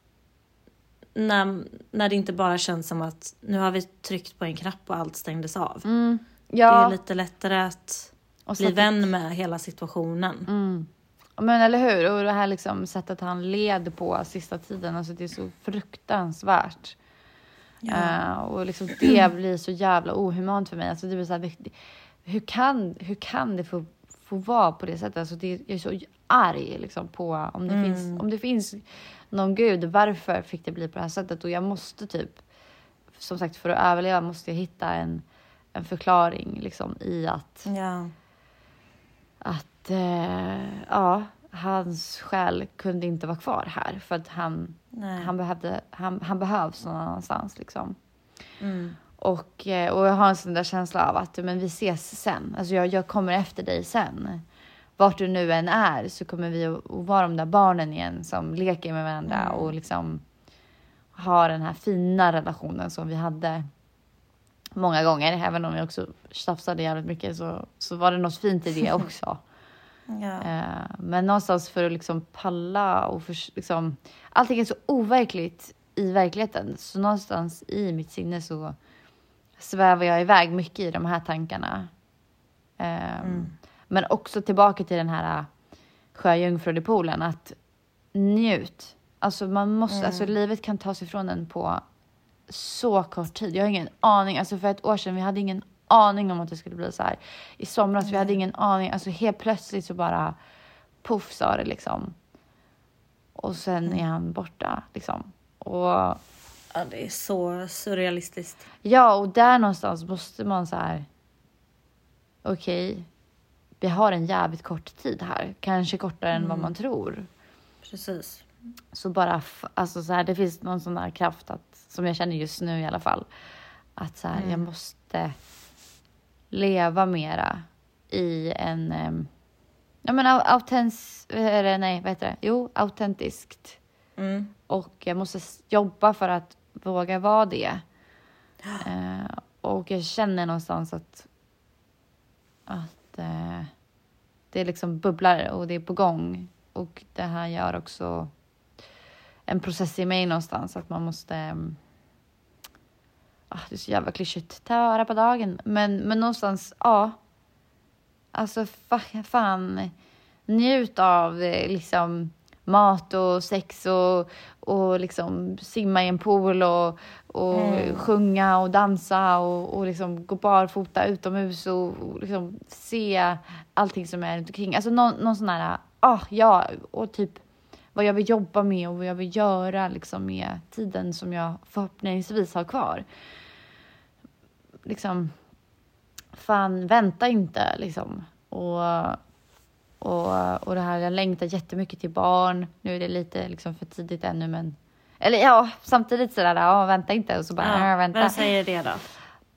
när, när det inte bara känns som att nu har vi tryckt på en knapp och allt stängdes av. Mm. Ja. Det är lite lättare att och bli vän med hela situationen. Mm. Men eller hur? Och det här liksom sättet han led på sista tiden. Alltså det är så fruktansvärt. Ja. Uh, och liksom det blir så jävla ohumant för mig. Alltså det blir så här, hur kan, hur kan det få, få vara på det sättet? Alltså det, jag är så arg liksom på om det, mm. finns, om det finns någon gud. Varför fick det bli på det här sättet? Och jag måste typ, som sagt, för att överleva måste jag hitta en, en förklaring liksom i att... Ja. Att Uh, ja, hans själ kunde inte vara kvar här för att han, han, behövde, han, han behövs någon annanstans liksom. Mm. Och, och jag har en sån där känsla av att men vi ses sen. Alltså jag, jag kommer efter dig sen. Vart du nu än är så kommer vi att, att vara de där barnen igen som leker med varandra mm. och liksom har den här fina relationen som vi hade många gånger. Även om vi också tjafsade jävligt mycket så, så var det något fint i det också. Ja. Uh, men någonstans för att liksom palla och för, liksom, allting är så overkligt i verkligheten. Så någonstans i mitt sinne så svävar jag iväg mycket i de här tankarna. Um, mm. Men också tillbaka till den här sjöjungfrupoolen. Att njut. Alltså man måste, mm. alltså livet kan tas ifrån en på så kort tid. Jag har ingen aning. Alltså för ett år sedan vi hade ingen aning om att det skulle bli så här. I somras mm. vi hade ingen aning. Alltså helt plötsligt så bara puff sa det liksom. Och sen mm. är han borta liksom. Och ja, det är så surrealistiskt. Ja, och där någonstans måste man så här okej, okay, vi har en jävligt kort tid här. Kanske kortare mm. än vad man tror. Precis. Så bara, alltså så här, det finns någon sån där kraft att, som jag känner just nu i alla fall. Att så här, mm. jag måste leva mera i en um, ja men autentisk, nej vad heter det? Jo, autentiskt. Mm. Och jag måste jobba för att våga vara det. uh, och jag känner någonstans att att uh, det liksom bubblar och det är på gång. Och det här gör också en process i mig någonstans att man måste um, ah, det är så jävla klyschigt. Ta vara på dagen. Men, men någonstans, ja. Alltså, fa- fan. Njut av liksom mat och sex och, och liksom simma i en pool och, och mm. sjunga och dansa och, och liksom gå barfota utomhus och, och liksom se allting som är runt omkring. Alltså någon, någon sån här, ah, ja, och typ vad jag vill jobba med och vad jag vill göra liksom med tiden som jag förhoppningsvis har kvar. Liksom, fan, vänta inte liksom. Och, och, och det här, jag längtar jättemycket till barn. Nu är det lite liksom för tidigt ännu, men eller ja, samtidigt sådär, ja, vänta inte och så bara, ja, vänta. Vem säger det då?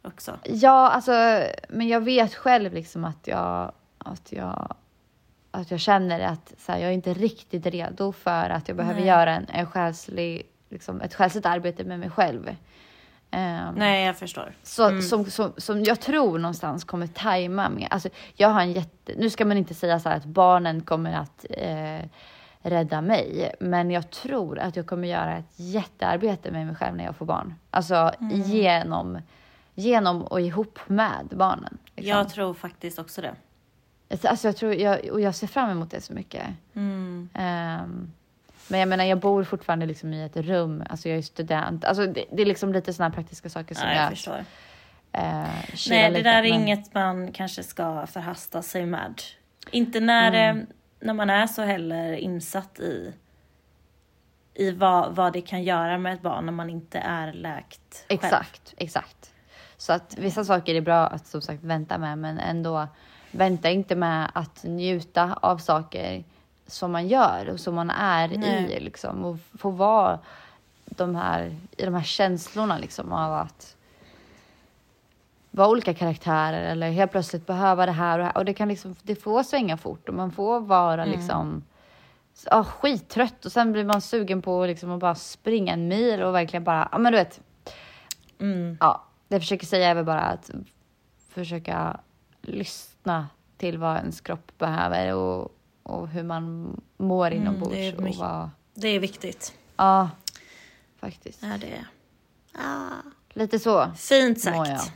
också. Ja, alltså, men jag vet själv liksom att jag, att jag, att jag känner att så här, jag är inte riktigt redo för att jag behöver Nej. göra en, en själslig, liksom, ett själsligt arbete med mig själv. Um, Nej, jag förstår. Så, Mm. som, som, som jag tror någonstans kommer tajma med. Alltså, jag har en jätte... Nu ska man inte säga så här att barnen kommer att eh, rädda mig. Men jag tror att jag kommer göra ett jättearbete med mig själv när jag får barn. Alltså mm. genom, genom och ihop med barnen. Liksom. Jag tror faktiskt också det. Alltså jag tror... Jag, och jag ser fram emot det så mycket. Mm. Um, Men jag menar, jag bor fortfarande liksom i ett rum. Alltså jag är student. Alltså det, det är liksom lite sådana praktiska saker som ja, jag jag... förstår. Eh, Nej, det lite, där är men... inget man kanske ska förhasta sig med. Inte när, mm. eh, när man är så heller insatt i, i vad, vad det kan göra med ett barn när man inte är läkt själv. Exakt, exakt. Så att vissa saker är bra att som sagt vänta med. Men ändå, vänta inte med att njuta av saker som man gör och som man är Nej. i liksom, och få vara de här, i de här känslorna liksom, av att vara olika karaktärer eller helt plötsligt behöva det här och det här. Och det kan liksom, det får svänga fort och man får vara mm. liksom oh, skittrött och sen blir man sugen på liksom, att bara springa en mil och verkligen bara, ja men du vet mm. ja, det jag försöker säga är väl bara att försöka lyssna till vad ens kropp behöver och och hur man mår inombords. Mm, det, är mycket, och vad... det är viktigt. Ja, faktiskt. Ja, det är. Ah. Lite så. Fint sagt.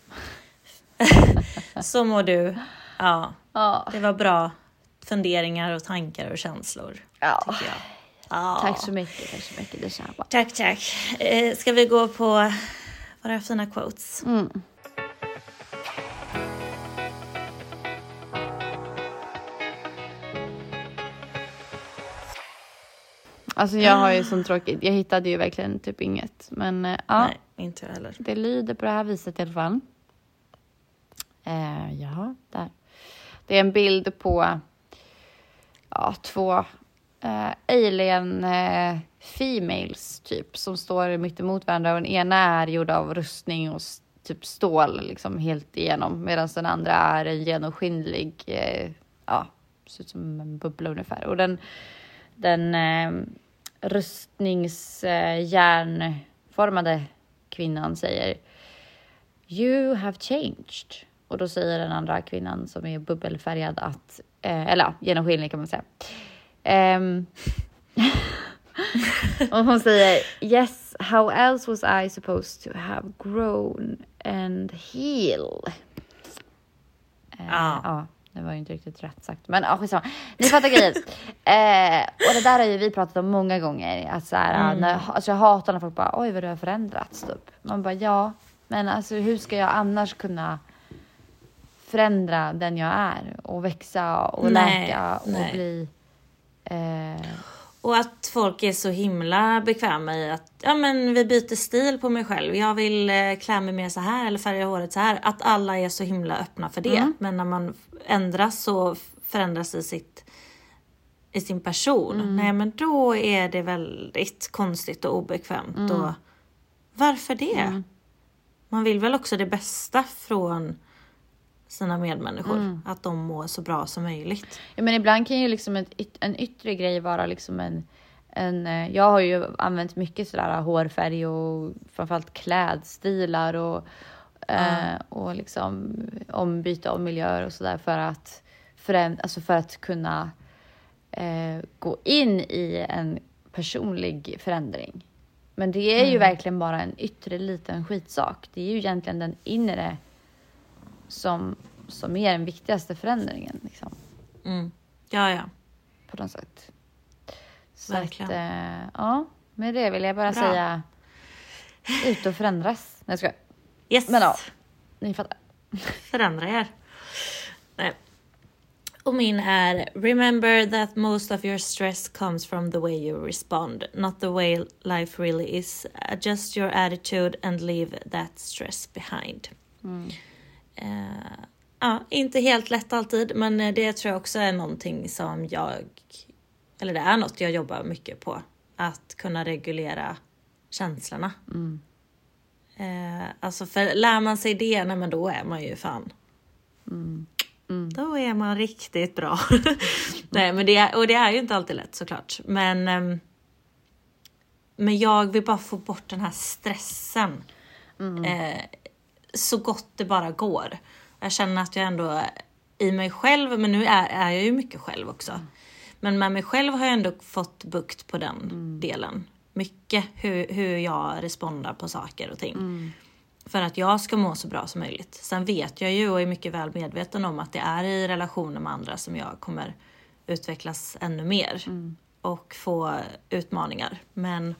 Så mår du. Ja. ja. Det var bra funderingar och tankar och känslor. Ja. Tycker jag. Ja. Tack så mycket. Tack så mycket. Detsamma. Tack, tack. Eh, ska vi gå på våra fina quotes? Mm. Alltså jag har ju sån tråkigt. Jag hittade ju verkligen typ inget. Men äh, ja. Nej, inte heller. Det lyder på det här viset i alla fall. Eh, ja, där. Det är en bild på ja, två eh, alien eh, females typ. Som står mitt emot varandra. Och den ena är gjord av rustning och typ stål liksom helt igenom. Medan den andra är en genomskinlig, eh, ja, ser ut som en bubbla ungefär. Och den... Den eh, rustningsjärnformade eh, kvinnan säger You have changed. Och då säger den andra kvinnan som är bubbelfärgad att, eh, eller ja, genomskinlig kan man säga. Um, och hon säger Yes, how else was I supposed to have grown and heal? Uh, ah. Ja. Det var ju inte riktigt rätt sagt. Men ja, skitsamma. Ni fattar grejen. Eh, och det där har ju vi pratat om många gånger. Att så här, mm. när, alltså jag hatar när folk bara, oj vad du har förändrats typ. Man bara, ja. Men alltså hur ska jag annars kunna förändra den jag är? Och växa och nej, läka och nej. bli... Eh... Och att folk är så himla bekväma i att ja men vi byter stil på mig själv. Jag vill eh, klä mig mer så här eller färga håret så här. Att alla är så himla öppna för det. Mm. Men när man ändras så förändras i, sitt, i sin person. Mm. Nej men då är det väldigt konstigt och obekvämt. Mm. Och varför det? Mm. Man vill väl också det bästa från sina medmänniskor. Mm. Att de mår så bra som möjligt. Ja, men ibland kan ju liksom en, en yttre grej vara liksom en, en... Jag har ju använt mycket sådär hårfärg och framförallt klädstilar och, mm. eh, och liksom ombyta om miljöer och sådär för att, föränd, alltså för att kunna eh, gå in i en personlig förändring. Men det är ju mm. verkligen bara en yttre liten skitsak. Det är ju egentligen den inre som, som är den viktigaste förändringen. Liksom. Mm. Ja, ja. På något sätt. Så verkligen. Att, äh, ja, med det vill jag bara Bra. säga ut och förändras. Nej, jag ska. Yes. Men ja, ni fattar. Förändra er. Nej. Och min är remember that most of your stress comes from the way you respond, not the way life really is. Adjust your attitude and leave that stress behind. Mm. Uh, ja, inte helt lätt alltid, men det tror jag också är någonting som jag, eller det är något jag jobbar mycket på. Att kunna reglera känslorna. Mm. Eh, alltså för lär man sig det, nej, men då är man ju fan. Mm. Mm. Då är man riktigt bra. Nej, men det är, och det är ju inte alltid lätt såklart. Men, um, men jag vill bara få bort den här stressen. Mm. Eh, så gott det bara går. Jag känner att jag ändå i mig själv, men nu är, är jag ju mycket själv också. Mm. Men med mig själv har jag ändå fått bukt på den mm. delen. Mycket hur, hur jag respondar på saker och ting. Mm. För att jag ska må så bra som möjligt. Sen vet jag ju och är mycket väl medveten om att det är i relationer med andra som jag kommer utvecklas ännu mer. Mm. Och få utmaningar. Men,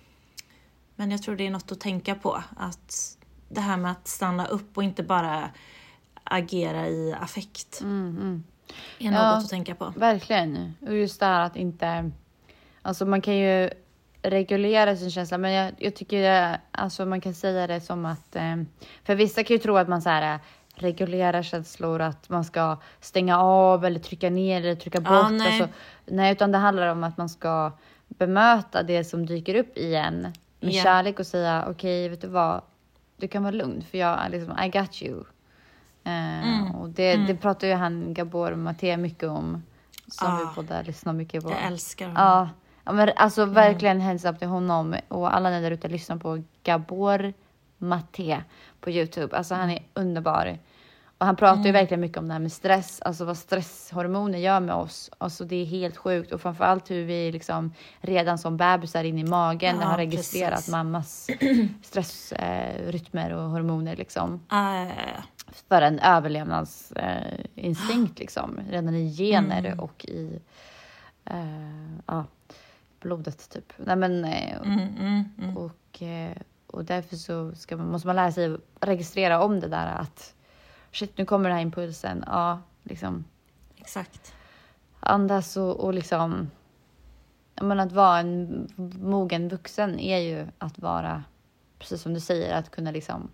men jag tror det är något att tänka på. Att det här med att stanna upp och inte bara agera i affekt. Mm, mm. Är något ja, att tänka på. Verkligen. Och just det här att inte... Alltså man kan ju regulera sin känsla. Men jag, jag tycker alltså man kan säga det som att... Eh, för vissa kan ju tro att man så här, regulerar känslor. Att man ska stänga av eller trycka ner eller trycka bort. Ah, nej. Alltså, nej, utan det handlar om att man ska bemöta det som dyker upp igen. Med yeah. kärlek och säga, okej, okay, vet du vad? Du kan vara lugn för jag liksom, I got you. Uh, mm. Och det, mm. det pratar ju han Gabor Maté mycket om. Som ah, vi båda lyssnar mycket på. Jag älskar honom. Ja, ja men alltså mm. verkligen hälsa till honom. Och alla ni där ute lyssnar på Gabor Maté på YouTube. Alltså han är underbar. Och han pratar mm. ju verkligen mycket om det här med stress. Alltså vad stresshormoner gör med oss. Alltså det är helt sjukt. Och framförallt hur vi liksom redan som bebisar in i magen ja, har registrerat precis. mammas stressrytmer och hormoner liksom. Uh. För en överlevnadsinstinkt uh, liksom. Redan i gener mm. och i uh, uh, blodet typ. Nej, men, uh, mm, mm, mm. Och, uh, och därför så ska man, måste man lära sig registrera om det där att shit, nu kommer den här impulsen. Ja, liksom. Exakt. Andas och, och liksom... Jag menar, att vara en mogen vuxen är ju att vara, precis som du säger, att kunna liksom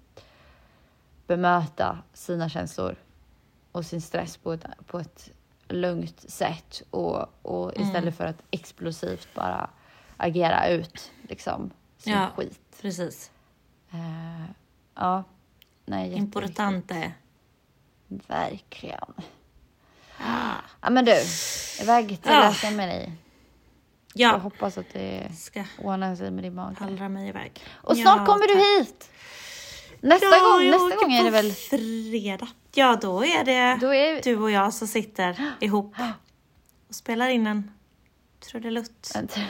bemöta sina känslor och sin stress på ett, på ett lugnt sätt. Och, och istället mm. för att explosivt bara agera ut liksom sin ja, skit. Precis. Uh, ja, nej, importante. Verkligen. Ah. Ja, men du, iväg till ja. läsa med dig. Ja. Jag hoppas att det ska ordnar sig med din mage. Pallra mig iväg. Och snart ja, kommer tack. du hit. Nästa ja, gång, nästa gång är det väl fredag. Ja, då är det då är... du och jag som sitter ihop och spelar in en trudelutt.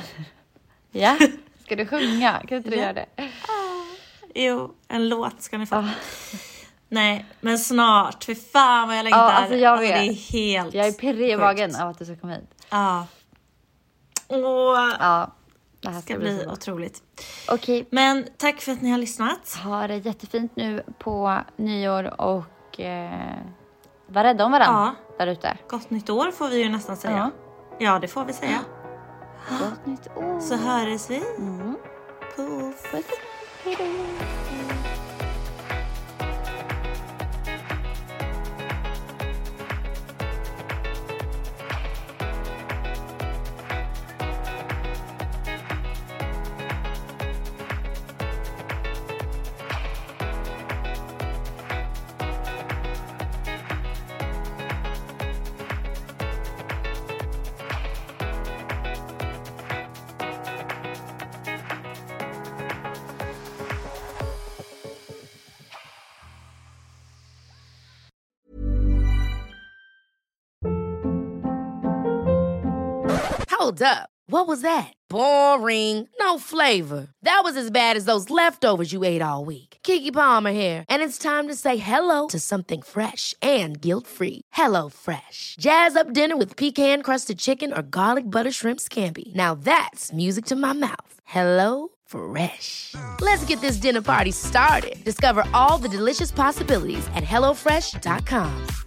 Ja, ska du sjunga? Kan inte du ja. göra det? Ah. Jo, en låt ska ni få. Ah. Nej, men snart. För fan vad jag längtar. Ja, alltså jag vet. Alltså, det är helt Jag är pirrig i magen av att du ska komma hit. Ja. Åh. Ja. Det här ska, ska bli bli otroligt. Okej. Okay. Men tack för att ni har lyssnat. Ha det jättefint nu på nyår och eh, var rädda om varandra ja. där ute. Gott nytt år får vi ju nästan säga. Ja, ja det får vi säga. Ja. Gott nytt år. Så hörs vi. Mm. Puss. Puss. Hej då. Hold up. What was that? Boring. No flavor. That was as bad as those leftovers you ate all week. Keke Palmer here, and it's time to say hello to something fresh and guilt-free. Hello Fresh. Jazz up dinner with pecan-crusted chicken or garlic butter shrimp scampi. Now that's music to my mouth. Hello Fresh. Let's get this dinner party started. Discover all the delicious possibilities at hello fresh dot com.